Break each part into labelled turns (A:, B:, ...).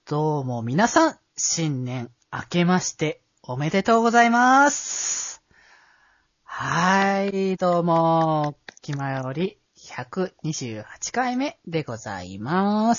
A: どうも皆さん、新年明けましておめでとうございます。はい、どうも、気まより128回目でございます。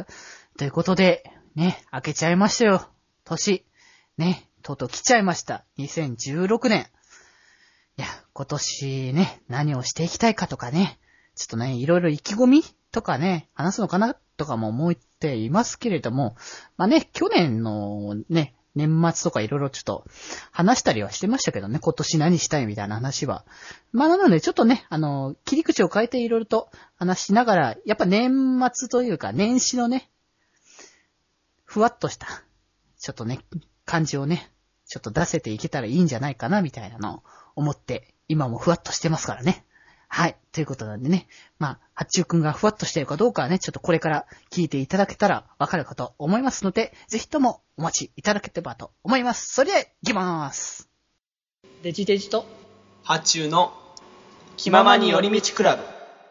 A: ということで、ね、明けちゃいましたよ。年、ね、とうとう来ちゃいました。2016年。いや、今年ね、何をしていきたいかとかね、ちょっとね、いろいろ意気込みとかね、話すのかなとかも思っていますけれども、まあね、去年のね、年末とかいろいろちょっと話したりはしてましたけどね、今年何したいみたいな話は。まあなのでちょっとね、切り口を変えていろいろと話しながら、やっぱ年末というか年始のね、ふわっとした、ちょっとね、感じをね、ちょっと出せていけたらいいんじゃないかなみたいなのを思って、今もふわっとしてますからね。はい。ということなんでね。まあ、八中くんがふわっとしてるかどうかはね、ちょっとこれから聞いていただけたらわかるかと思いますので、ぜひともお待ちいただければと思います。それでは、いきまーす。デジデジと、
B: 八中の気ままに寄り道クラブ。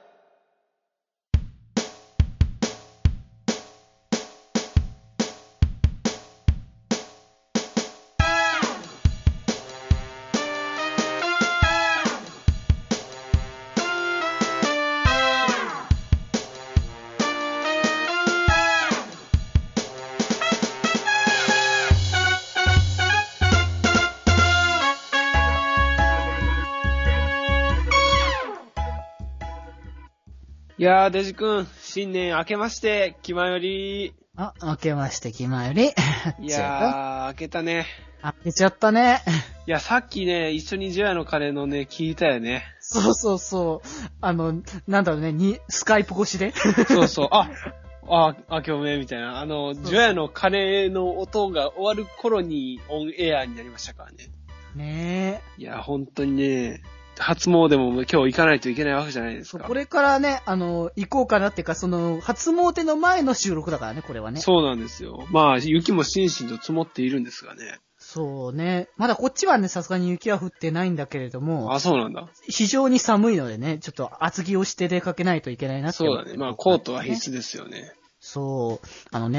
B: いやー、デジ君、新年明けまして、気まより。
A: 明けまして気まより。
B: いやー、明けたね。
A: 明けちゃったね。
B: いや、さっきね、一緒にジョヤのカレーのね、聞いたよね。
A: そうそうそう。なんだろうね、スカイプ越しで。
B: そうそう、明けおめみたいな。ジョヤのカレーの音が終わる頃にオンエアになりましたからね。
A: ね
B: え。いや、本当にね、初詣も今日行かないといけないわけじゃないですか。
A: これからね、行こうかなっていうか、その、初詣の前の収録だからね、これはね。
B: そうなんですよ。まあ、雪もしんしんと積もっているんですがね。
A: そうね。まだこっちはね、さすがに雪は降ってないんだけれども。
B: あ、そうなんだ。
A: 非常に寒いのでね、ちょっと厚着をして出かけないといけないなって
B: そうだね。まあ、コートは必須ですよね。
A: そう。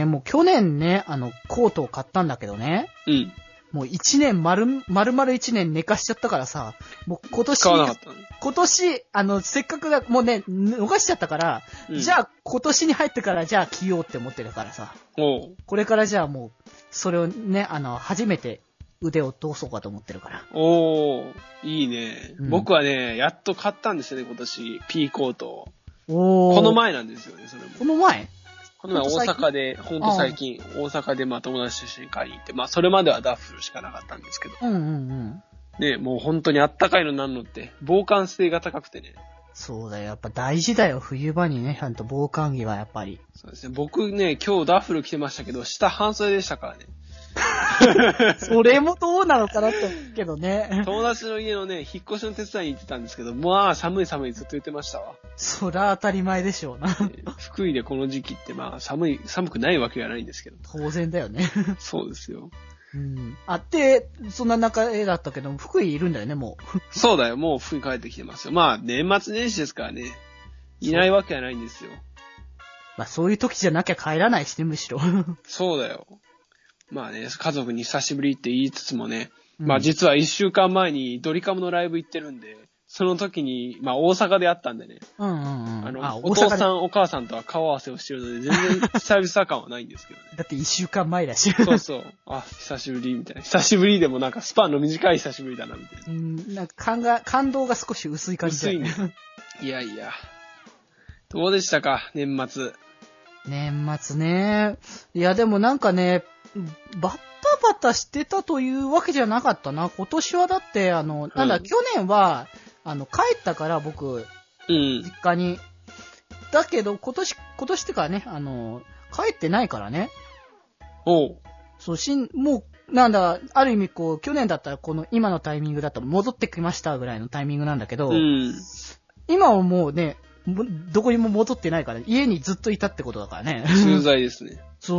A: もう去年ね、コートを買ったんだけどね。
B: うん。
A: もう丸々一年寝かしちゃったからさ、もう今年、
B: 使わなかったの？
A: 今年、せっかくもうね、逃しちゃったから、じゃあ今年に入ってからじゃあ着ようって思ってるからさ。これからじゃあもう、それをね、初めて腕を通そうかと思ってるから。
B: いいね。僕はね、やっと買ったんですよね、今年。P コートを。
A: こ
B: の前なんですよね、それも。
A: この前
B: 大阪で、ほんと最近、大阪で友達と一緒に買いに行って、それまではダッフルしかなかったんですけど。ね、もう本当にあったかいのなんのって、防寒性が高くてね。
A: そうだよ、やっぱ大事だよ、冬場にね、ちゃんと防寒着はやっぱり。
B: そうですね、僕ね、今日ダッフル着てましたけど、下半袖でしたからね。
A: それもどうなのかなって思うけどね。
B: 友達の家のね、引っ越しの手伝いに行ってたんですけど、寒いずっと言ってましたわ。
A: そりゃ当たり前でしょうな。
B: 福井でこの時期って寒くないわけはないんですけど。
A: 当然だよね。
B: そうですよ。
A: そんな中だったけど、福井いるんだよね、も
B: う。そうだよ、もう福井帰ってきてますよ。年末年始ですからね。いないわけはないんですよ。
A: そういう時じゃなきゃ帰らないしね、むしろ。
B: そうだよ。家族に久しぶりって言いつつもね、実は1週間前にドリカムのライブ行ってるんで、その時に、大阪で会ったんでね。お父さん、お母さんとは顔合わせをしてるので、全然久々感はないんですけどね。
A: だって1週間前だし。
B: そうそう。久しぶりみたいな。久しぶりでもスパンの短い久しぶりだな、みたい
A: な。感動が少し薄い感じだよね。
B: 薄いね。いやいや。どうでしたか、年末。
A: 年末ね。いや、でもね、バッタバタしてたというわけじゃなかったな。今年はだって、去年は、帰ったから僕、実家に。だけど、今年ってかね、帰ってないからね。そう、もう、ある意味去年だったら今のタイミングだと戻ってきましたぐらいのタイミングなんだけど、今はもうね、どこにも戻ってないから、家にずっといたってことだからね。
B: 駐在ですね。
A: そう。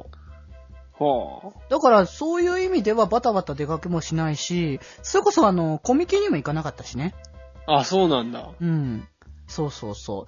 A: だから、そういう意味ではバタバタ出かけもしないし、それこそコミケにも行かなかったしね。
B: あ、そうなんだ。
A: そうそうそう。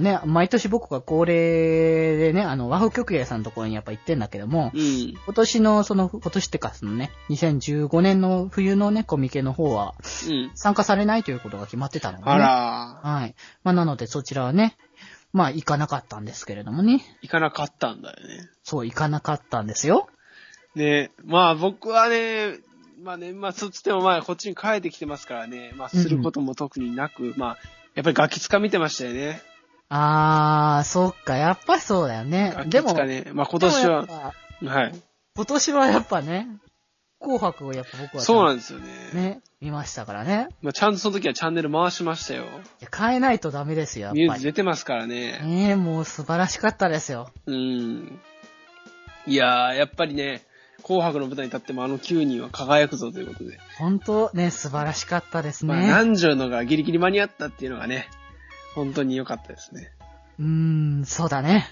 A: ね、毎年僕が恒例でね、和風曲芸さんのところにやっぱ行ってんだけども、今年ってかね、2015年の冬のね、コミケの方は、参加されないということが決まってたのでね。はい。まあ、なのでそちらはね、まあ、行かなかったんですけれどもね。
B: 行かなかったんだよね。
A: そう、行かなかったんですよ。
B: ね、まあ僕はね、まあ年末つってもまあこっちに帰ってきてますからね、まあすることも特になく、まあ、やっぱりガキ使見てましたよね。
A: そっか、やっぱそうだよね。
B: ガキ使ね。まあ今年は、はい。
A: 今年はやっぱね、紅白をやっぱ僕は。
B: そうなんですよね。
A: ね、見ましたからね。
B: まあちゃんとその時はチャンネル回しましたよ。い
A: や、変えないとダメですよ、やっぱり。
B: ニュース出てますからね。
A: もう素晴らしかったですよ。
B: いやー、やっぱりね、紅白の舞台に立っても9人は輝くぞということで。
A: 本当ね、素晴らしかったですね。まあ、
B: 南條のがギリギリ間に合ったっていうのがね、本当に良かったですね。
A: そうだね。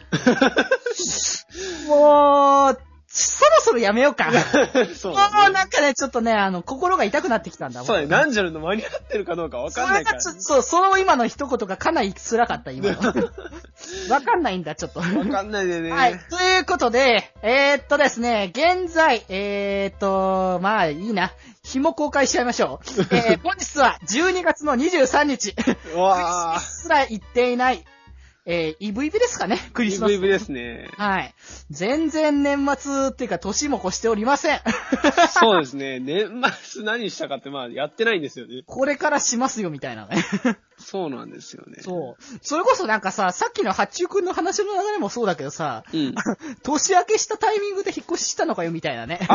A: もう、そろそろやめようか。そう、ね。もうなんかね、ちょっとね、心が痛くなってきたんだ。
B: そうね、南條の間に合ってるかどうかわかんないから、ね。
A: その今の一言がかなり辛かった、今の。わかんないんだ、ちょっと。わ
B: かんないでね。
A: はい。ということで、ですね、現在、まあいいな。日も公開しちゃいましょう。本日は12月の23日。
B: わー。
A: すら言っていない。イブイブですかね、クリスマス。
B: イブイブですね。
A: はい。全然年末っていうか年も越しておりません。
B: そうですね。年末何したかってまあやってないんですよね。
A: これからしますよみたいなね。
B: そうなんですよね。
A: そう。それこそなんかさっきの八中くんの話の流れもそうだけどさ、年明けしたタイミングで引っ越ししたのかよみたいなね。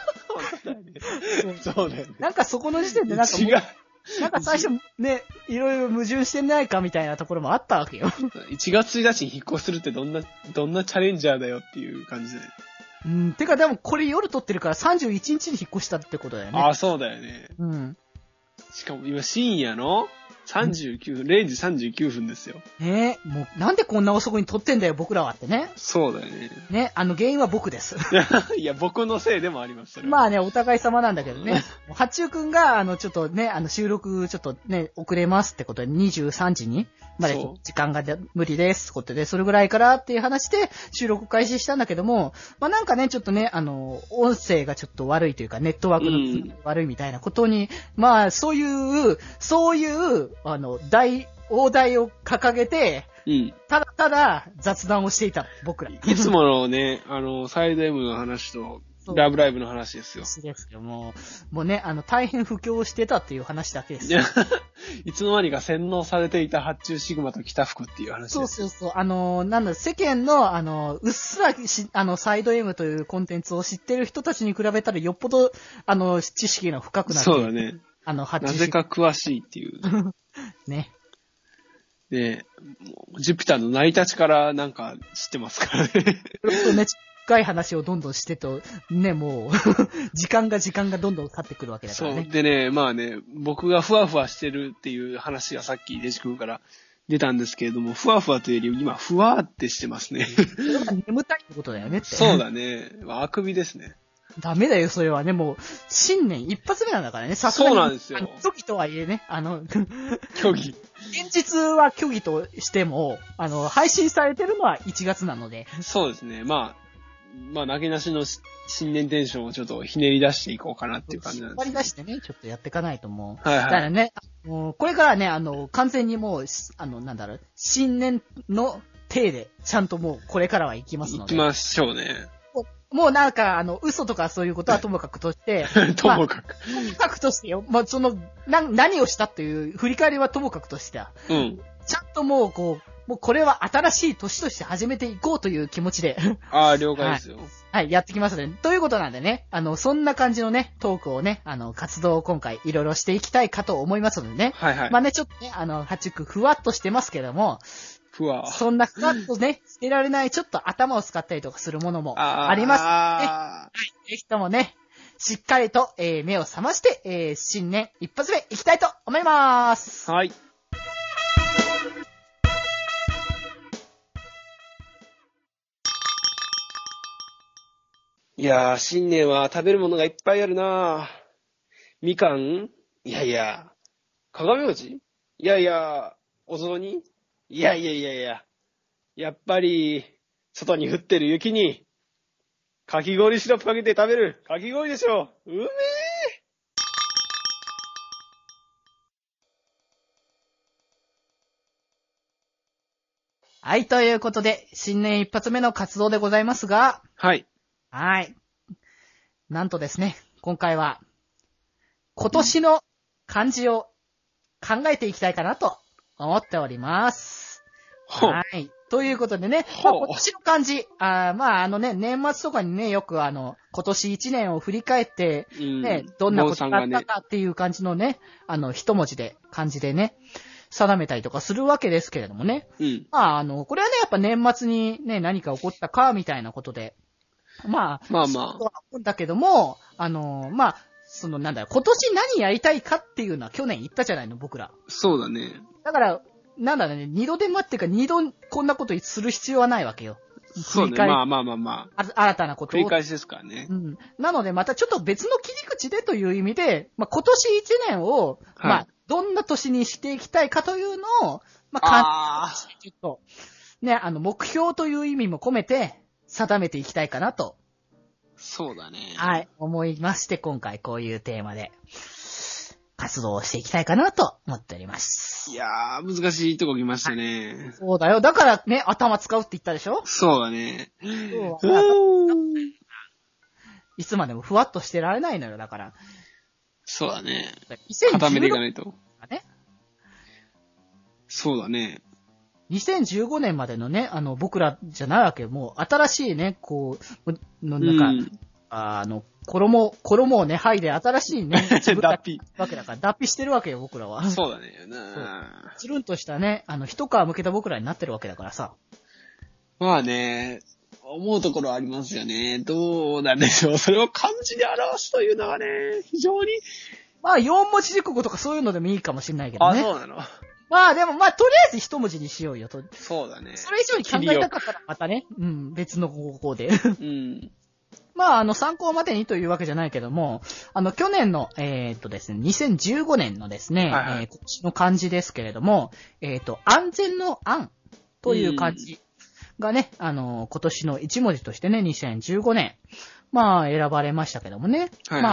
B: そうだよね。
A: なんかそこの時点でなんか
B: 違う。
A: なんか最初ね、いろいろ矛盾してないかみたいなところもあったわけよ。
B: 1月1日に引っ越しするってどんなチャレンジャーだよっていう感じで。
A: てかでもこれ夜撮ってるから31日に引っ越したってことだよね。
B: そうだよね。しかも今深夜の0時39分ですよ。
A: もうなんでこんな遅くに撮ってんだよ僕らはってね。
B: そうだよね。
A: ね、原因は僕です。
B: いや、僕のせいでもあります。
A: まあね、お互い様なんだけどね。八中くんが、ちょっとね、収録ちょっとね、遅れますってことで23時にまで時間が無理ですってことで、それぐらいからっていう話で収録開始したんだけども、まあなんかね、ちょっとね、音声がちょっと悪いというか、ネットワークの悪いみたいなことに、まあそういう、大台を掲げて、ただ雑談をしていた、僕ら。
B: いつものね、サイド M の話と、ラブライブの話ですよ。
A: ですよ、もうね、大変布教してたっていう話だけですよ。
B: いつの間にか洗脳されていた発注シグマと北福っていう話です。
A: そう。なんだ、世間の、うっすらサイド M というコンテンツを知ってる人たちに比べたらよっぽど、知識が深くなって
B: そうだね。なぜか詳しいっていう。
A: ね。
B: で、ジュピターの成り立ちからなんか知ってますからね。
A: ね、深い話をどんどんしてと、ね、もう、時間がどんどん経ってくるわけだからね。
B: そう。でね、まあね、僕がふわふわしてるっていう話がさっきデジ君から出たんですけれども、ふわふわというより今、ふわーってしてますね。
A: それは眠たいってことだよねって。
B: そうだね。あくびですね。
A: ダメだよ、それはね。もう、新年一発目なんだからね。
B: そうなんですよ。
A: 虚偽とはいえね、
B: 虚偽。
A: 現実は虚偽としても、配信されてるのは1月なので。
B: そうですね。まあ、投げなしの新年テンションをちょっとひねり出していこうかなっていう感じなんです。
A: 引っ張り出してね、ちょっとやっていかないともう。
B: はい。
A: だからね、これからね、完全にもう、新年の体で、ちゃんともう、これからは行きますので。
B: 行きましょうね。
A: もうなんか、嘘とかそういうことはともかくとして、
B: ともかく。
A: ともかくとしてよ。まあ、何をしたっていう振り返りはともかくとしては。ちゃんともうこれは新しい年として始めていこうという気持ちで。
B: 了解ですよ。
A: はい、やってきますね。ということなんでね、そんな感じのね、トークをね、活動を今回いろいろしていきたいかと思いますのでね。
B: はい。
A: まあね、ちょっとね、八区ふわっとしてますけども、そんなふわっとね、捨てられないちょっと頭を使ったりとかするものもありますので、はい、ぜひともね、しっかりと、目を覚まして、新年一発目いきたいと思います。
B: はい。いやー、新年は食べるものがいっぱいあるなぁ。みかん？いやいや。鏡餅？いやいや。 お雑煮？いや。やっぱり、外に降ってる雪に、かき氷シロップかけて食べるかき氷でしょう。うめえ。
A: はい、ということで、新年一発目の活動でございますが、
B: はい。
A: はい。なんとですね、今回は、今年の漢字を考えていきたいかなと思っております。はい。ということでね、今年の漢字、年末とかにね、よく今年1年を振り返って、ね、どんなことがあったかっていう感じのね、一文字で、漢字でね、定めたりとかするわけですけれどもね。これはね、やっぱ年末にね、何か起こったか、みたいなことで、そうだけども、今年何やりたいかっていうのは去年言ったじゃないの、僕ら。
B: そうだね。
A: だから、二度手間っていうか、二度こんなことする必要はないわけよ。
B: そうね。
A: 新たなことを。
B: 繰り返しですからね。
A: なので、またちょっと別の切り口でという意味で、今年一年を、どんな年にしていきたいかというのを、ちょっと、ね、目標という意味も込めて、定めていきたいかなと。
B: そうだね。
A: はい、思いまして、今回こういうテーマで、活動をしていきたいかなと思っております。
B: いやー、難しいとこ来ましたね。
A: そうだよ。だからね、頭使うって言ったでしょ？
B: そうだね。
A: いつまでもふわっとしてられないのよ、だから。
B: そうだね。固めていかないと。
A: ね、
B: そうだね。
A: 2015年までのね、僕らじゃないわけよ。もう、新しいね、こう、なんか、衣をね、剥いで新しいね、
B: 脱皮。
A: わけだから、脱皮してるわけよ、僕らは。
B: そうだね。
A: つるんとしたね、一皮向けた僕らになってるわけだからさ。
B: まあね、思うところありますよね。どうなんでしょう。それを漢字で表すというのはね、非常に。
A: 4文字熟語とかそういうのでもいいかもしれないけどね。
B: そうなの。
A: でもとりあえず一文字にしようよと。
B: そうだね。
A: それ以上に考えたかったらまたね、別の方法で。参考までにというわけじゃないけども、去年の、ですね、2015年のですね、今年の漢字ですけれども、安全の安という漢字がね、今年の一文字としてね、2015年、選ばれましたけどもね、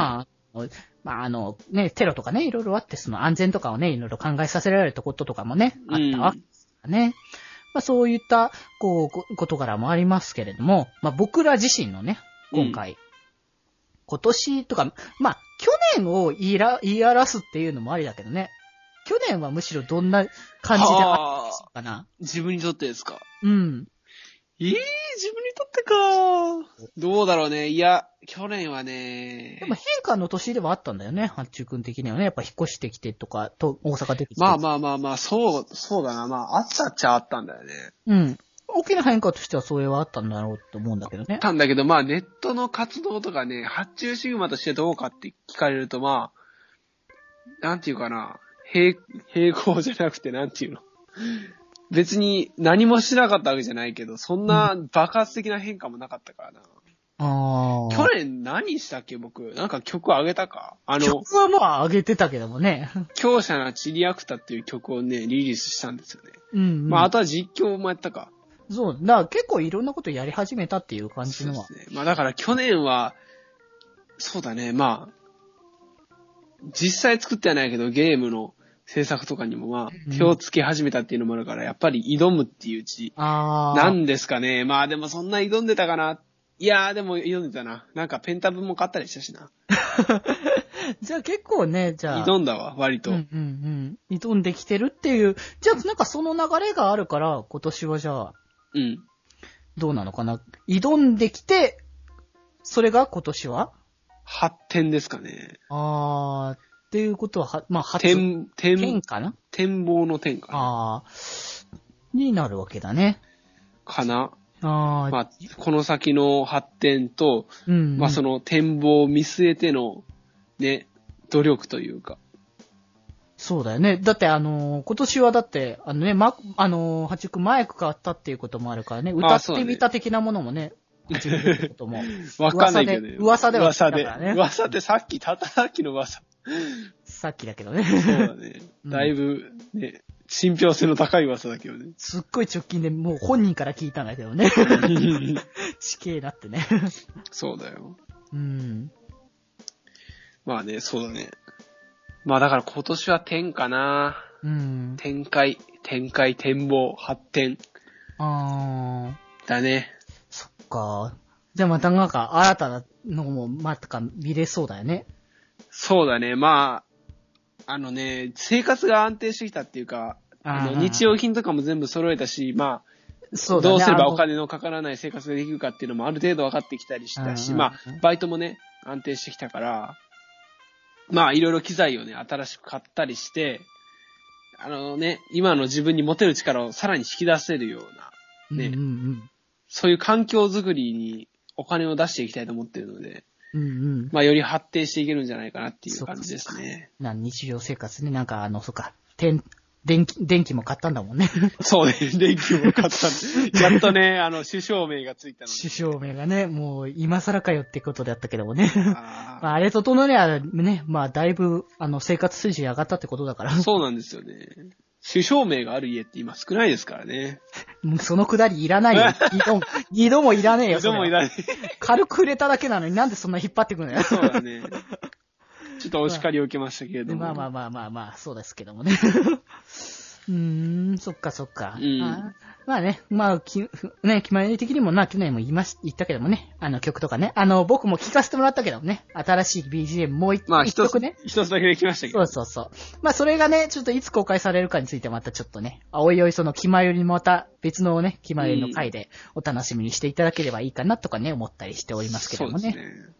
A: テロとかね、いろいろあって、その安全とかをね、いろいろ考えさせられたこととかもね、あったわけですからね。そういった、事柄もありますけれども、僕ら自身のね、今回、今年とか、去年を言い表すっていうのもありだけどね。去年はむしろどんな感じであったかな。
B: 自分にとってですか？
A: うん。
B: 自分にとってか。どうだろうね。いや、去年はね。
A: でも変化の年ではあったんだよね、八中君的にはね。やっぱ引っ越してきてとか、大阪出てきて。
B: そうだな。あったっちゃあったんだよね。
A: 大きな変化としてはそれはあったんだろうと思うんだけどね。
B: あったんだけど、ネットの活動とかね、発注シグマとしてどうかって聞かれると、なんていうかな、平行じゃなくて、なんていうの。別に何もしなかったわけじゃないけど、そんな爆発的な変化もなかったからな。去年何したっけ僕。なんか曲上げたか？
A: 曲は上げてたけどもね。
B: 強者なチリアクタっていう曲をね、リリースしたんですよね。あとは実況もやったか。
A: そう。だから結構いろんなことやり始めたっていう感じのは。
B: そうですね。だから去年は、そうだね、実際作ってはないけど、ゲームの制作とかにも手をつけ始めたっていうのもあるから、やっぱり挑むっていう字。なんですかね。でもそんな挑んでたかな。いやーでも挑んでたな。なんかペンタブも買ったりしたしな。
A: じゃあ結構ね、
B: 挑んだわ、割と。
A: 挑んできてるっていう。じゃあなんかその流れがあるから、今年はじゃあ。どうなのかな。挑んできて、それが今年は
B: 発展ですかね。
A: っていうことは、
B: 展
A: かな？
B: 展望の展かな。
A: になるわけだね。
B: かな。この先の発展と、その展望を見据えての、ね、努力というか。
A: そうだよね。だって今年はだって、八中君マイク買ったっていうこともあるからね、歌ってみた的なものもね、始めるってことも。
B: わかんないけどね。
A: 噂では聞いたからね。
B: 噂ってさっきの噂。
A: さっきだけどね。
B: そうだね。だいぶ、ね、 信憑性の高い噂だけどね。
A: すっごい直近でもう本人から聞いたんだけどね。地形だってね。
B: そうだよ。
A: うん。
B: まあね、そうだね。まあだから今年は天かな。
A: うん。
B: 展開、展望、発展。だね。
A: そっか。じゃあまたなんか新たなのもまたか見れそうだよね。
B: そうだね。まあ、生活が安定してきたっていうか、日用品とかも全部揃えたし、まあ、そうだね、どうすればお金のかからない生活ができるかっていうのもある程度分かってきたりしたし、まあ、バイトもね、安定してきたから、まあ、いろいろ機材をね、新しく買ったりして、今の自分に持てる力をさらに引き出せるような、ね、そういう環境づくりにお金を出していきたいと思ってるので、まあ、より発展していけるんじゃないかなっていう感じですね。
A: 日常生活ね、なんかそっか、電気も買ったんだもんね。
B: そうね、電気も買った。やっとね、首相名がついたので。
A: 首相名がね、もう今更かよってことだったけどもね。まあ、あれととのりはね、まあだいぶ、生活水準上がったってことだから。
B: そうなんですよね。首相名がある家って今少ないですからね。
A: もうそのくだりいらないよ。二度もいらねえよ。
B: 二度もいらねえ。
A: 軽く売れただけなのになんでそんな引っ張ってくるのよ。
B: そうだね。ちょっとお叱りを受けましたけれども。
A: まあ、そうですけどもね。そっかそっか。まあね、まあ、決まり的にも去年も言ったけどもね、曲とかね、僕も聴かせてもらったけどもね、新しい BGM もう一曲ね。
B: 一つだけできましたけど。
A: そう。まあ、それがね、ちょっといつ公開されるかについてまたちょっとね、おいおいその気まよりまた別のね、気まよりの回でお楽しみにしていただければいいかなとかね、思ったりしておりますけどもね。そうですね。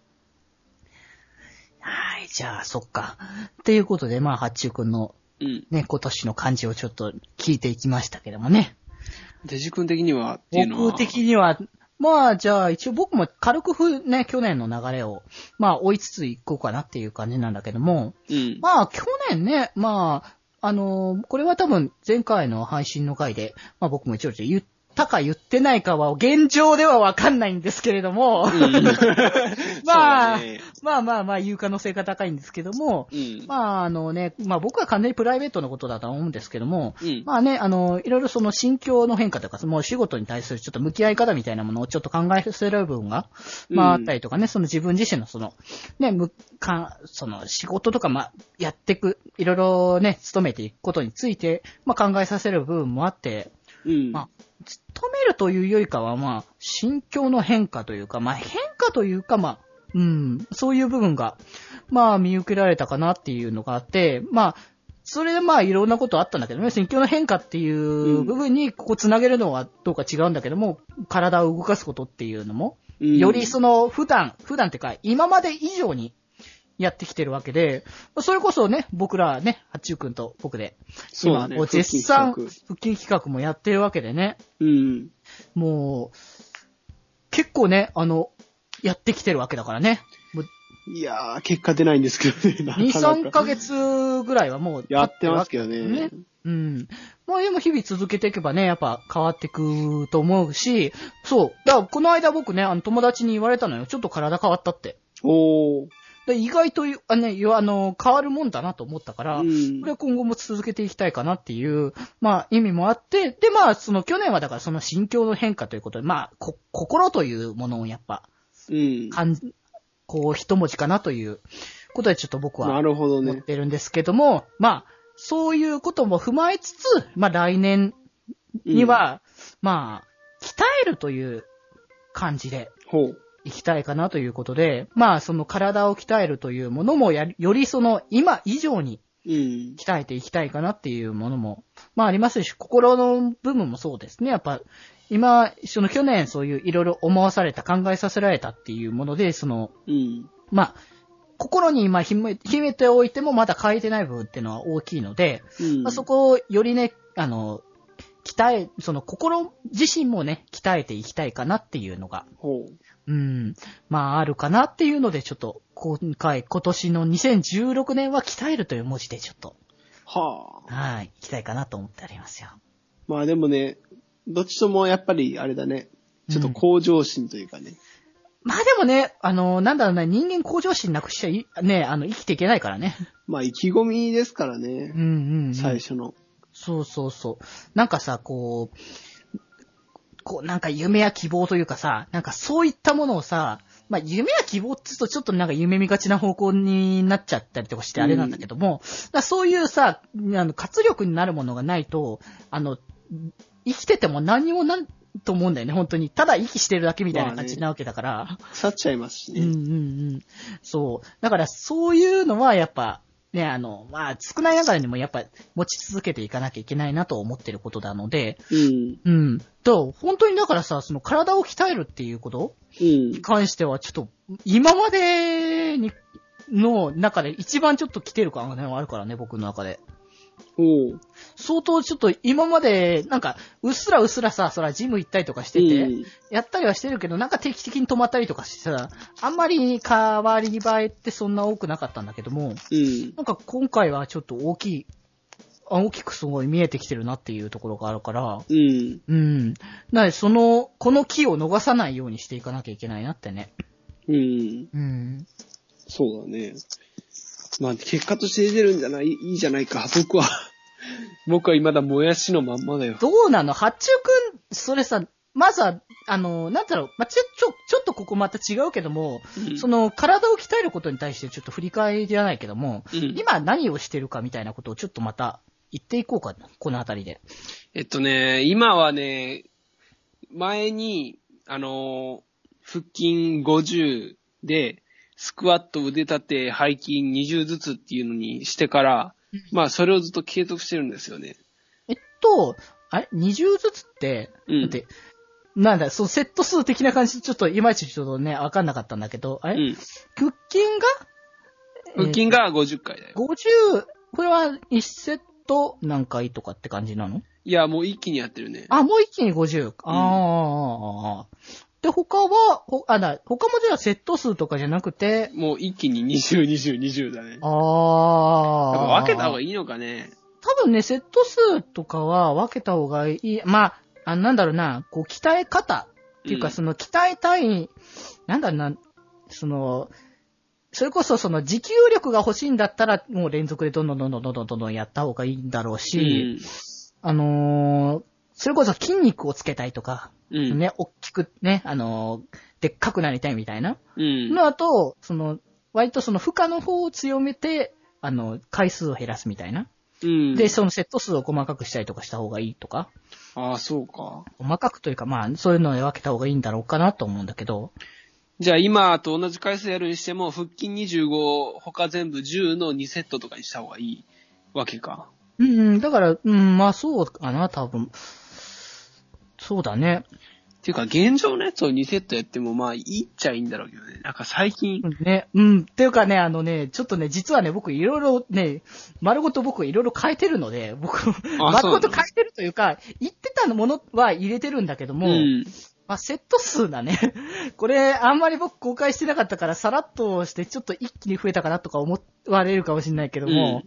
A: はい、じゃあ、そっか。っていうことで、まあ、八中くんの、ね、今年の漢字をちょっと聞いていきましたけどもね。
B: デジ君的にはっていうのは？
A: 僕的には、まあ、じゃあ、一応僕も軽くね、去年の流れを、まあ、追いつついこうかなっていう感じなんだけども、まあ、去年ね、まあ、これは多分前回の配信の回で、まあ僕も一応言ったか言ってないかは現状ではわかんないんですけれども、まあ、言う可能性が高いんですけども、まあまあ僕は完全にプライベートのことだと思うんですけども、まあね、いろいろその心境の変化とか、もう仕事に対するちょっと向き合い方みたいなものをちょっと考えさせる部分が、まああったりとかね、その自分自身のその、ね、その仕事とか、まあ、やっていく、いろいろね、勤めていくことについて、まあ考えさせる部分もあって、まあ、勤めるというよりかは、まあ、心境の変化というか、まあ変化というか、まあ、そういう部分が、まあ見受けられたかなっていうのがあって、まあ、それでまあいろんなことあったんだけどね、心境の変化っていう部分にここつなげるのはどうか違うんだけども、体を動かすことっていうのも、よりその普段っていうか、今まで以上にやってきてるわけで、それこそね、僕らね、八中くんと僕で、今、絶賛、腹筋企画もやってるわけでね。もう、結構ね、やってきてるわけだからね。
B: いやー、結果出ないんですけどね。
A: 2、3ヶ月ぐらいはもう
B: やってますけどね。
A: まあでも日々続けていけばね、やっぱ変わっていくと思うし、そう。だからこの間僕ね、友達に言われたのよ。ちょっと体変わったって。意外と変わるもんだなと思ったから、これは今後も続けていきたいかなっていう、まあ意味もあって、でまあその去年はだからその心境の変化ということで、まあ心というものをやっぱ、こう一文字かなということでちょっと僕は思ってるんですけども、まあそういうことも踏まえつつ、まあ来年には、まあ鍛えるという感じで、行きたいかなということで、まあその体を鍛えるというものもよりその今以上に鍛えていきたいかなっていうものも、まあありますし、心の部分もそうですね。やっぱ今、その去年そういういろいろ思わされた、考えさせられたっていうもので、その、まあ、心に今秘めておいてもまだ変えてない部分っていうのは大きいので、まあ、そこをよりね、その心自身もね、鍛えていきたいかなっていうのが、まああるかなっていうので、ちょっと今年の2016年は鍛えるという文字でちょっと、い、きたいかなと思ってありますよ。
B: まあでもね、どっちともやっぱりあれだね、ちょっと向上心というかね。
A: まあでもね、なんだろうね、人間向上心なくしちゃね、生きていけないからね。
B: まあ意気込みですからね。最初の。
A: そうそうそう。なんかさ、なんか夢や希望というかさ、なんかそういったものをさ、まあ夢や希望って言うとちょっとなんか夢見がちな方向になっちゃったりとかしてあれなんだけども、そういうさ、活力になるものがないと、生きてても何にもなんと思うんだよね、本当に。ただ息してるだけみたいな感じなわけだから。まあね、
B: 去っちゃいますしね。
A: うんうんうん。そう。だからそういうのはやっぱ、ね、まあ、少ないながらにもやっぱ持ち続けていかなきゃいけないなと思ってることなので、うん。本当にだからさ、その体を鍛えるっていうことに関してはちょっと、今までの中で一番ちょっと来てる感があるからね、僕の中で。相当ちょっと今まで、なんか、うっすらさ、そらジム行ったりとかしてて、やったりはしてるけど、なんか定期的に止まったりとかしてさ、あんまり変わり映えってそんな多くなかったんだけども、なんか今回はちょっと大きくすごい見えてきてるなっていうところがあるから、なのでこの木を逃さないようにしていかなきゃいけないなってね。
B: そうだね。まあ、結果として出るんじゃない、いいじゃないか、僕は未だもやしのまんまだよ。
A: どうなの？八中くん、それさ、まずは、なんだろう、まあ、ちょっとここまた違うけども、その、体を鍛えることに対してちょっと振り返りじゃないけども、今何をしてるかみたいなことをちょっとまた言っていこうかな、このあたりで。
B: 今はね、前に、腹筋50で、スクワット腕立て背筋20ずつっていうのにしてから、まあそれをずっと継続してるんですよね。
A: 20ずつって、だって、なんだ、セット数的な感じでちょっといまいちちょっとね、わかんなかったんだけど、腹
B: 筋が50回だよ。
A: 50、これは1セット何回とかって感じなの？
B: いや、もう一気にやってるね。
A: もう一気に50。で、他もじゃあセット数とかじゃなくて。
B: もう一気に20、20、20だね。やっぱ分けた方がいいのかね。
A: 多分ね、セット数とかは分けた方がいい。まあ、なんだろうな、鍛え方っていうか、その鍛えたい、なんだろうな、それこそ持久力が欲しいんだったら、もう連続でどんどんやった方がいいんだろうし、それこそ筋肉をつけたいとか、ね、大きくね、でっかくなりたいみたいな。の後、割と負荷の方を強めて、回数を減らすみたいな。で、そのセット数を細かくしたりとかした方がいいとか。
B: ああ、そうか。
A: 細かくというか、まあ、そういうのを分けた方がいいんだろうかなと思うんだけど。
B: じゃあ今と同じ回数やるにしても、腹筋25、他全部10の2セットとかにした方がいいわけか。
A: だから、まあそうかな、多分。そうだね。
B: っていうか、現状のやつを2セットやっても、まあ、いいっちゃいいんだろうけどね。なんか最近。
A: ね、っていうかね、ちょっとね、実はね、僕いろいろね、丸ごと僕いろいろ変えてるので、丸ごと変えてるというか、言ってたものは入れてるんだけども、まあ、セット数だね。これ、あんまり僕公開してなかったから、さらっとしてちょっと一気に増えたかなとか思われるかもしれないけども、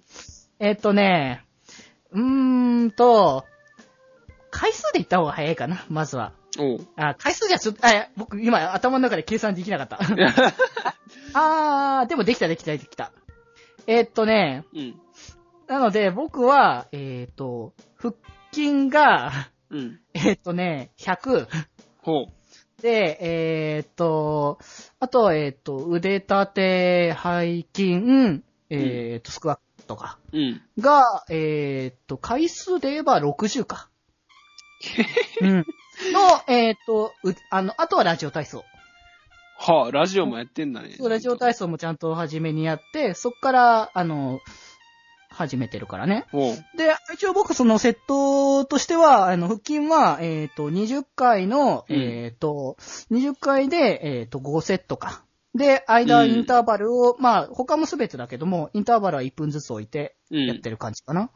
A: 回数で言った方が早いかな、まずは。回数じゃちょっと、僕今頭の中で計算できなかった。でもできた。なので僕は、腹筋が、100。で、あと、腕立て、背筋、スクワットか。が、回数で言えば60か。あとはラジオ体操。
B: ラジオもやってんだね。
A: そう、ラジオ体操もちゃんと初めにやって、そっから、始めてるからね。で、一応僕セットとしては、腹筋は、20回の、20回で、5セットか。で、間インターバルを、まあ、他もすべてだけども、インターバルは1分ずつ置いて、やってる感じかな。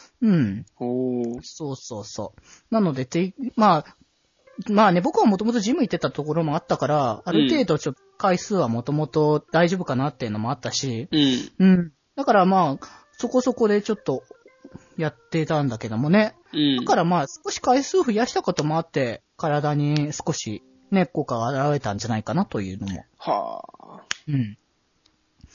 A: そう。なので、まあね、僕はもともとジム行ってたところもあったから、ある程度回数はもともと大丈夫かなっていうのもあったし、だからまあ、そこそこでちょっとやってたんだけどもね。だからまあ、少し回数増やしたこともあって、体に少しね、効果が現れたんじゃないかなというのも。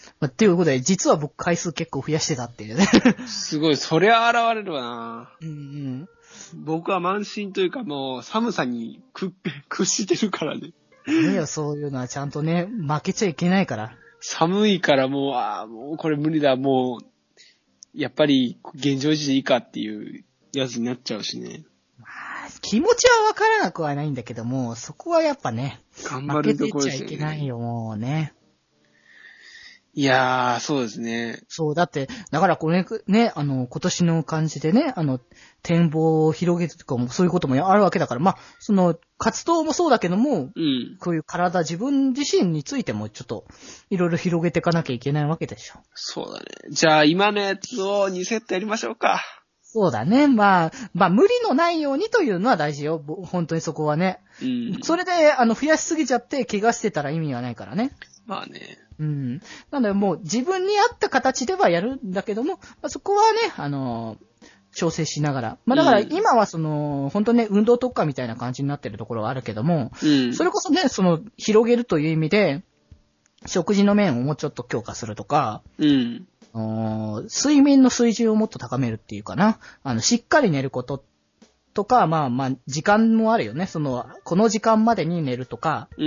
A: っていうことで、実は僕回数結構増やしてたっていうね。
B: すごい、そりゃ現れるわな。
A: うんうん。
B: 僕は慢心というかもう寒さに屈してるからね。
A: いや、そういうのはちゃんとね、負けちゃいけないから。
B: 寒いからもう、もうこれ無理だ、もう、やっぱり現状維持でいいかっていうやつになっちゃうしね。
A: まあ、気持ちはわからなくはないんだけども、そこはやっぱね、
B: 頑張るところです
A: 負けてちゃいけないよ、もうね。
B: いやー、そうですね。
A: そう、だって、だからこれね、今年の感じでね、展望を広げるとかも、そういうこともあるわけだから、まあ、その、活動もそうだけども、
B: うん。
A: こういう自分自身についてもちょっと、いろいろ広げていかなきゃいけないわけでしょ。
B: そうだね。じゃあ、今のやつを2セットやりましょうか。
A: そうだね。まあ、無理のないようにというのは大事よ。本当にそこはね。
B: うん。
A: それで、増やしすぎちゃって怪我してたら意味はないからね。
B: まあね。
A: うん。なのでもう自分に合った形ではやるんだけども、まあ、そこはね、調整しながら。まあだから今は本当ね、運動特化みたいな感じになってるところはあるけども、
B: うん。
A: それこそね、広げるという意味で、食事の面をもうちょっと強化するとか、
B: うん。
A: 睡眠の水準をもっと高めるっていうかな。しっかり寝ることとか、まあ、時間もあるよね。この時間までに寝るとか、
B: うん。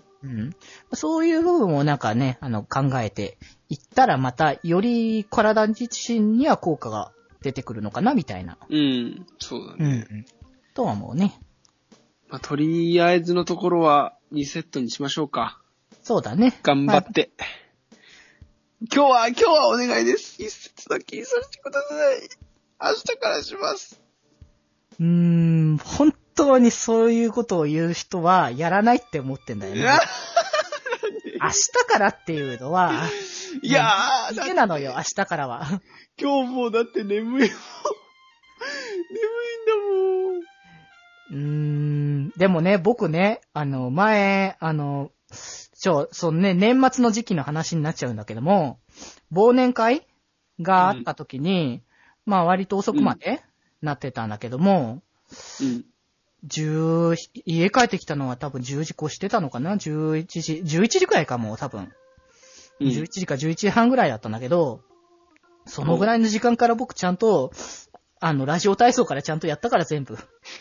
A: うん。そういう部分をなんかね、考えていったらまた、より体自身には効果が出てくるのかな、みたいな。
B: うん。そうだね。
A: うん。とは思うね。
B: まあ、とりあえずのところは2セットにしましょうか。
A: そうだね。
B: 頑張って。今日はお願いです。1セットだけさせてください。明日からします。
A: 本当にそういうことを言う人はやらないって思ってんだよね。明日からっていうのは、
B: いやー、
A: 夢なのよ、明日からは。
B: 今日もうだって眠いもん。眠い
A: んだもん。でもね、僕ね、前、年末の時期の話になっちゃうんだけども、忘年会があった時に、まあ割と遅くまでなってたんだけども、家帰ってきたのは多分10時越してたのかな ?11 時くらいかも、多分。11時か11時半ぐらいだったんだけど、そのぐらいの時間から僕ちゃんと、ラジオ体操からちゃんとやったから全部。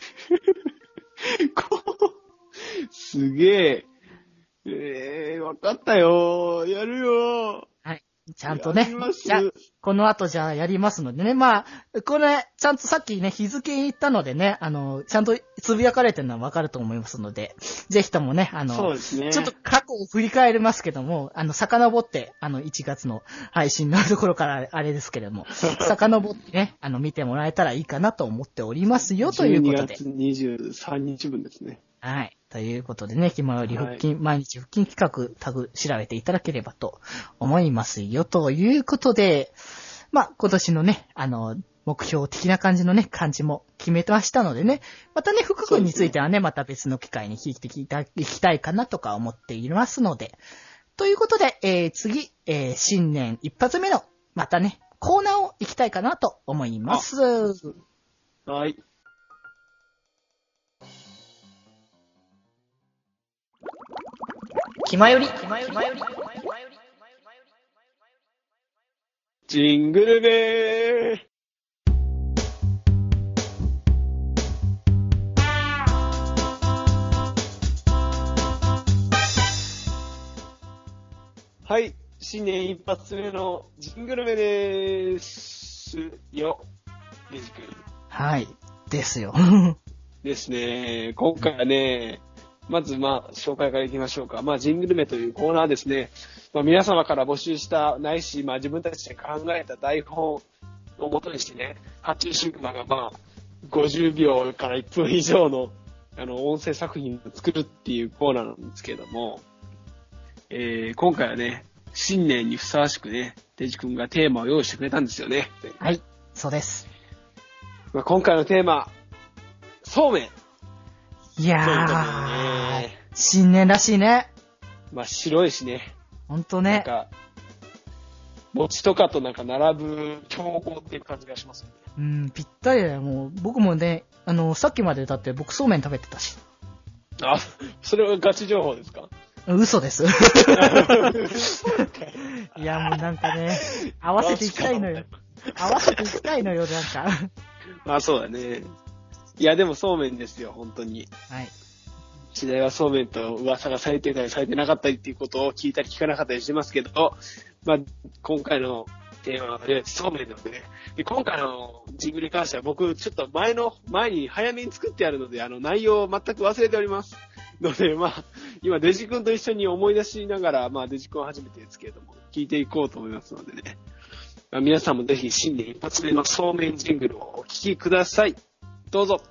B: すげえ。わかったよ。やるよ。
A: はい。ちゃんとね。じゃあ、この後じゃあやりますのでね。まあ、これ、ちゃんとさっきね、日付言ったのでね、ちゃんとつぶやかれてるのはわかると思いますので、ぜひともね、
B: そうですね。
A: ちょっと過去を振り返りますけども、遡って、1月の配信のところからあれですけれども、遡ってね、見てもらえたらいいかなと思っておりますよ、ということで。
B: 12月23日分ですね。
A: はい。ということでね、気まより腹筋、毎日腹筋企画タグ調べていただければと思いますよ。ということで、まあ、今年のね、目標的な感じのね、感じも決めてましたのでね、またね、福君についてはね、また別の機会に聞いていきたいかなとか思っていますので、ということで、次、新年一発目の、またね、コーナーを行きたいかなと思います。
B: はい。
A: 気まより。
B: ジングルベー。はい。新年一発目のジングルベでーすよ。デジ君。
A: はい。ですよ。
B: ですね。今回はね、まず紹介からいきましょうか。ジングルメというコーナーですね。皆様から募集したないし、自分たちで考えた台本をもとにしてね、発注シグマが50秒から1分以上の音声作品を作るっていうコーナーなんですけれども、今回はね、新年にふさわしくね、デジ君がテーマを用意してくれたんですよね。
A: はい、そうです。
B: 今回のテーマ、そうめん。
A: いやー、新年らしいね。
B: 白いしね。
A: ほんとね。
B: 餅とかと並ぶ調合っていう感じがしますね。
A: ぴったりだよ。もう、僕もね、さっきまでだって僕そうめん食べてたし。
B: それはガチ情報ですか？
A: 嘘です。 いや、もうなんかね、合わせていきたいのよ。合わせていきたいのよ、なんか。
B: まあそうだね。いや、でもそうめんですよ、本当に。
A: はい。
B: 時代はそうめんと噂がされてたりされてなかったりっていうことを聞いたり聞かなかったりしてますけど、まあ、今回のテーマはそうめんなのでね。で、今回のジングルに関しては僕、ちょっと前に早めに作ってあるので、内容を全く忘れております。ので、まあ、今、デジ君と一緒に思い出しながら、まあ、デジ君は初めてですけれども、聞いていこうと思いますのでね。まあ、皆さんもぜひ新年一発目のそうめんジングルをお聴きください。どうぞ。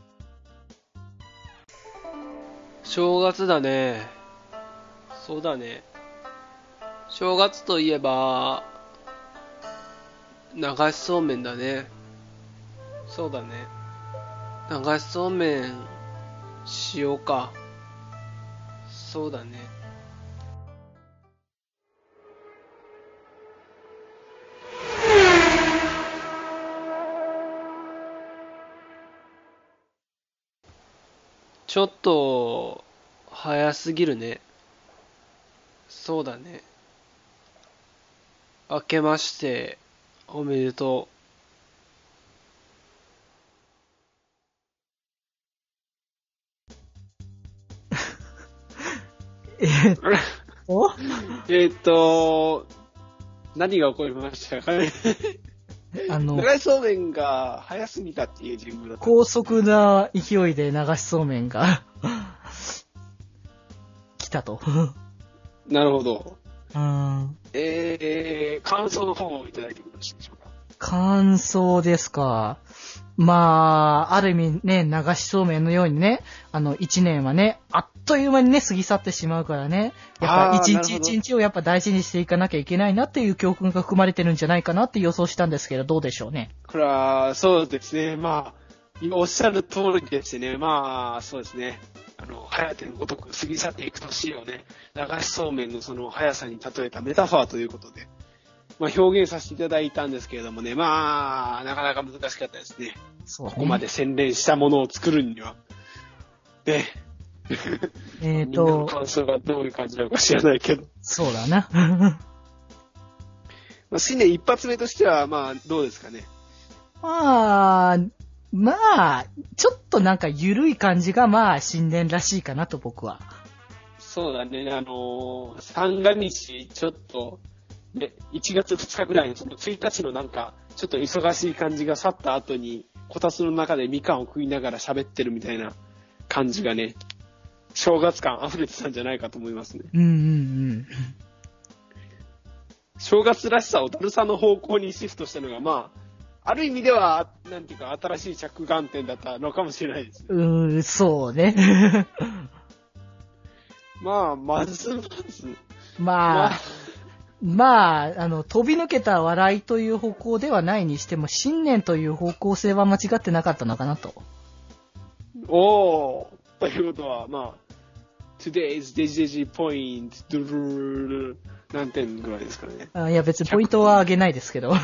B: 正月だね。そうだね。正月といえば、流しそうめんだね。そうだね。流しそうめんしようか。そうだね。ちょっと、早すぎるね。そうだね。明けまして、おめでと
A: お
B: う。何が起こりましたかね。流しそうめんが早すぎたっていう人物だった。
A: 高速な勢いで流しそうめんが来たと。
B: なるほど。
A: 感
B: 想の方をいただいてみましたでしょうか。
A: 感想ですか。まあ、ある意味ね、流しそうめんのようにね、一年はね、あっという間にね、過ぎ去ってしまうからね、やっぱ一日一日をやっぱ大事にしていかなきゃいけないなっていう教訓が含まれてるんじゃないかなって予想したんですけど、どうでしょうね。
B: これは、そうですね。まあ、今おっしゃる通りでしてね、まあ、そうですね。早手のごとく過ぎ去っていく年をね、流しそうめんのその速さに例えたメタファーということで、まあ表現させていただいたんですけれどもね、まあ、なかなか難しかったですね。
A: そうね。
B: ここまで洗練したものを作るには。で、みんなの感想がどういう感じなのか知らないけど。
A: そうだな。
B: まあ新年一発目としては、まあ、どうですかね。
A: まあ、ちょっとなんか緩い感じがまあ新年らしいかなと僕は。
B: そうだね、三が日、ちょっと、ね、1月2日ぐらいのその1日のなんか、ちょっと忙しい感じが去った後に、こたつの中でみかんを食いながら喋ってるみたいな感じがね、正月感溢れてたんじゃないかと思いますね。正月らしさをだるさの方向にシフトしたのが、まあ、ある意味では、なんていうか、新しい着眼点だったのかもしれないです、
A: ね。そうね。
B: まあ、まず。
A: まあ、飛び抜けた笑いという方向ではないにしても、新年という方向性は間違ってなかったのかなと。
B: ということは、まあ、today's デジデジポイント、何点ぐらいですかね。
A: いや、別にポイントは上げないですけど。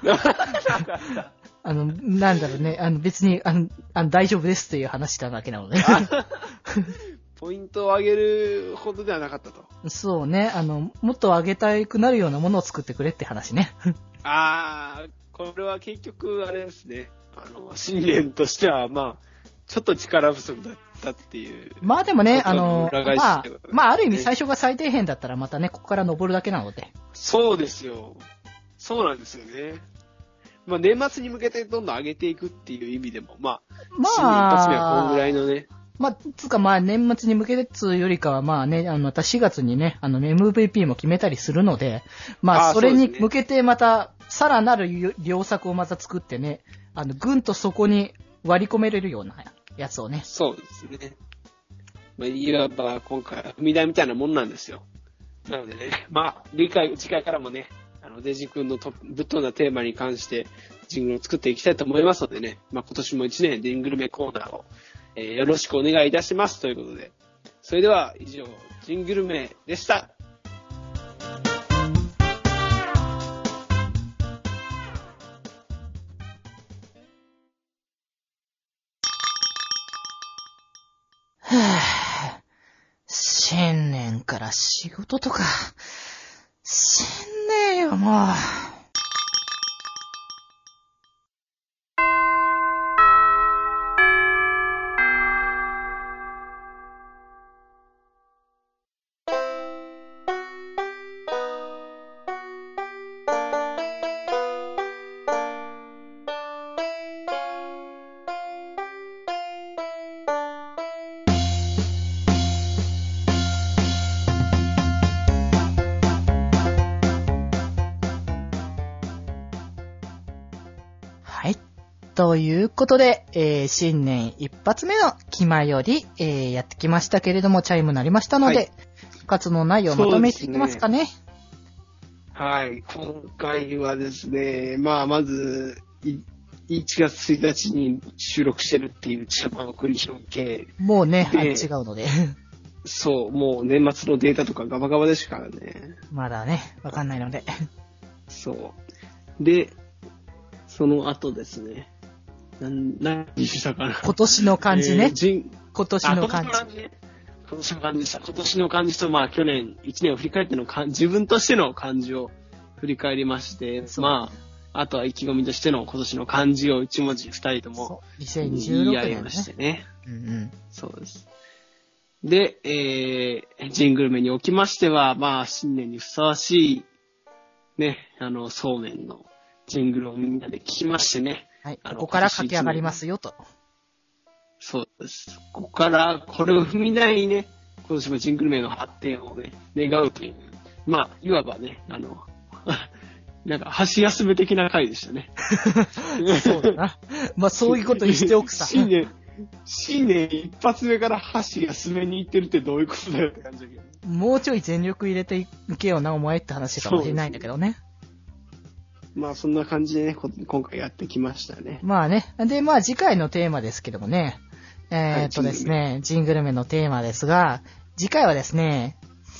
A: なんだろうね、別に、大丈夫ですっていう話しただけなので。
B: ポイントを上げるほどではなかったと。
A: そうね、もっと上げたくなるようなものを作ってくれって話ね。
B: これは結局、あれですね。新年としては、まあ、ちょっと力不足だったっていう。
A: まあでもね、ある意味最初が最低限だったらまたね、ここから登るだけなので。
B: そうですよ。そうなんですよね。まあ、年末に向けてどんどん上げていくっていう意味でも、まあ、新年一発目はこのぐらいのね。
A: 年末に向けてつよりかはまあね、また4月にね、MVP も決めたりするので、まあ、それに向けてまた、さらなる良作をまた作ってね、ぐんとそこに割り込めれるようなやつをね。
B: そうですね。まあ、いわば今回は踏み台みたいなもんなんですよ。なのでね、まあ、次回からもね、デジ君のぶっ飛んだテーマに関して、ジングルを作っていきたいと思いますのでね、まあ、今年も1年ジングルメコーナーを、よろしくお願いいたしますということで。それでは以上、ジングルメでした。
A: 新年から仕事とか、新よ、もう。ということで、新年一発目の気まより、やってきましたけれども、チャイムになりましたので、はい、部活の内容をまとめていきますかね。
B: はい、今回はですね、まず、1月1日に収録してるっていう茶番送り表系。
A: もうね、違うので。
B: そう、もう年末のデータとかガバガバですからね。
A: まだね、わかんないので。
B: そう。で、その後ですね。何したかな。
A: 今年の漢字ね。今年の漢字。今
B: 年の漢字でした。今年の漢字と、去年1年を振り返っての自分としての漢字を振り返りまして、あとは意気込みとしての今年の漢字を一文字2人とも
A: 言い
B: 合いましてね。そうです。で、ジングルメにおきましては、新年にふさわしい、ね、そうめんのジングルをみんなで聞きましてね。
A: はい。ここから駆け上がりますよと。
B: そうです。ここからこれを踏み台にね、今年もジングル名の発展をね、願うという、いわばね、なんか箸休め的な回でしたね。
A: そうだな。そういうことにしておくさ。
B: 新年一発目から箸休めに行ってるってどういうことだよって感じだけど。
A: もうちょい全力入れていけよな、お前って話かもしれないんだけどね。
B: そんな感じでね、今回やってきましたね。
A: で、次回のテーマですけどもね。ですね、ジングルメのテーマですが、次回はですね、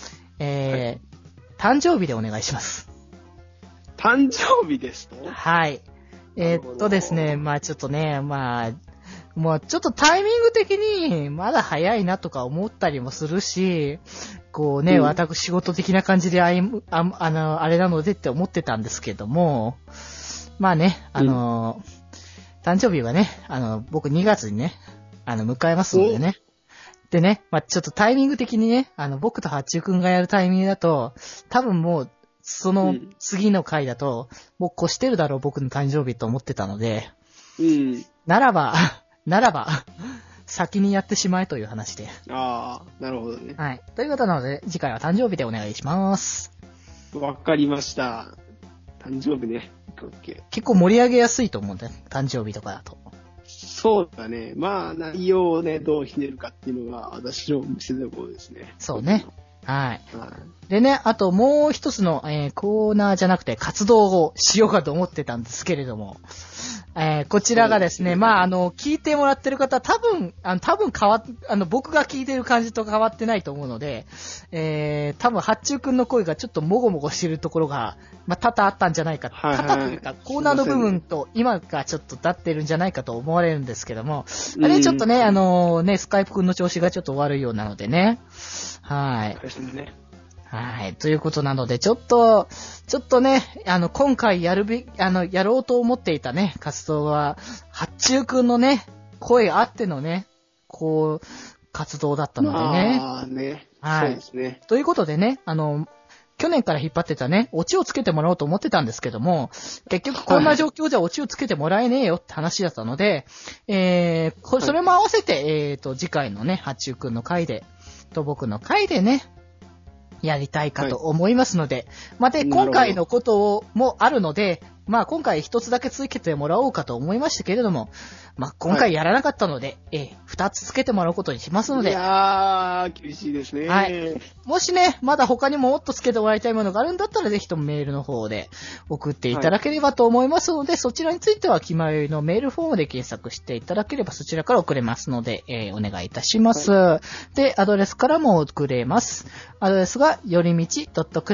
A: 誕生日でお願いします。
B: 誕生日ですと？
A: はい。ですね、ちょっとね、もうちょっとタイミング的にまだ早いなとか思ったりもするし、私仕事的な感じであれなのでって思ってたんですけども、誕生日はね、僕2月にね、迎えますのでね。でね、ちょっとタイミング的にね、僕と八中くんがやるタイミングだと、多分もう、その次の回だと、もう越してるだろう僕の誕生日と思ってたので、ならば、先にやってしまえという話で。
B: ああ、なるほどね。
A: はい。ということなので、次回は誕生日でお願いします。
B: わかりました。誕生日ね。
A: 結構盛り上げやすいと思うんだよ。誕生日とかだと。
B: そうだね。内容をね、どうひねるかっていうのが私の見せ所ですね。
A: そうね。はい。でね、あともう一つの、コーナーじゃなくて活動をしようかと思ってたんですけれども、こちらがですね、聞いてもらってる方、多分僕が聞いてる感じと変わってないと思うので、多分、八中くんの声がちょっともごもごしてるところが、多々あったんじゃないか。多々というか、コーナーの部分と今がちょっと立ってるんじゃないかと思われるんですけども、ちょっとね、スカイプくんの調子がちょっと悪いようなのでね。はい。はい。ということなので、ちょっとね、今回やろうと思っていたね、活動は、八中くんのね、声あってのね、活動だったのでね。
B: はい。そうですね。
A: ということでね、去年から引っ張ってたね、オチをつけてもらおうと思ってたんですけども、結局こんな状況じゃオチをつけてもらえねえよって話だったので、それも合わせて、次回のね、八中くんの回で、僕の回でね、やりたいかと思いますので、で、今回のこともあるので、今回一つだけつけてもらおうかと思いましたけれども、今回やらなかったので、二つつけてもらうことにしますので。
B: いやー、厳しいですね。
A: はい。もしね、まだ他にももっとつけてもらいたいものがあるんだったら、ぜひともメールの方で送っていただければと思いますので、そちらについては、気まよりのメールフォームで検索していただければ、そちらから送れますので、お願いいたします。で、アドレスからも送れます。アドレスが、よりみち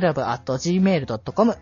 A: .club@gmail.com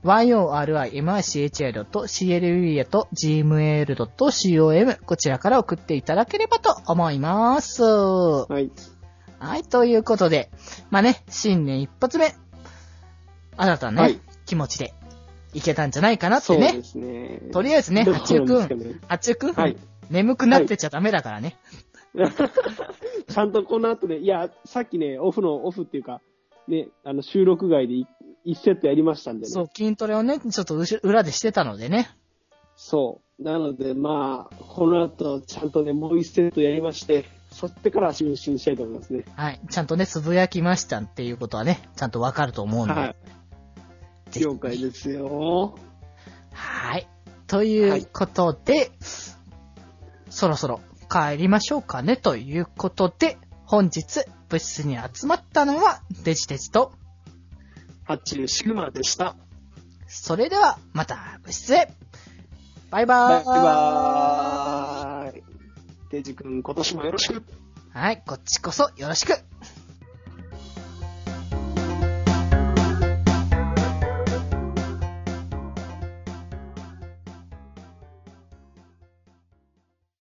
A: yorimichi.clue.gmail.com こちらから送っていただければと思います。はい。はい、ということで、新年一発目、新たなね、気持ちでいけたんじゃないかなってね。
B: そうですね。
A: とりあえずね、八中くん、はい、眠くなってちゃダメだからね。
B: ちゃんとこの後ね、いや、さっきね、オフっていうか、ね、収録外で1セットやりましたんでね。
A: そう、筋トレをね、ちょっと裏でしてたのでね。
B: そう。なので、まあ、この後、ちゃんとね、もう1セットやりまして、そしてから就寝したいと思いますね。
A: はい。ちゃんとね、つぶやきましたっていうことはね、ちゃんとわかると思うんで。はい。
B: 了解ですよ。
A: はい。ということで、はい、そろそろ帰りましょうかねということで、本日部室に集まったのはデジデジと
B: 発注シグマでした。
A: それではまた部室へ。バイバーイ。
B: バイバーイ。デジ君今年もよろしく。
A: はい、こっちこそよろしく。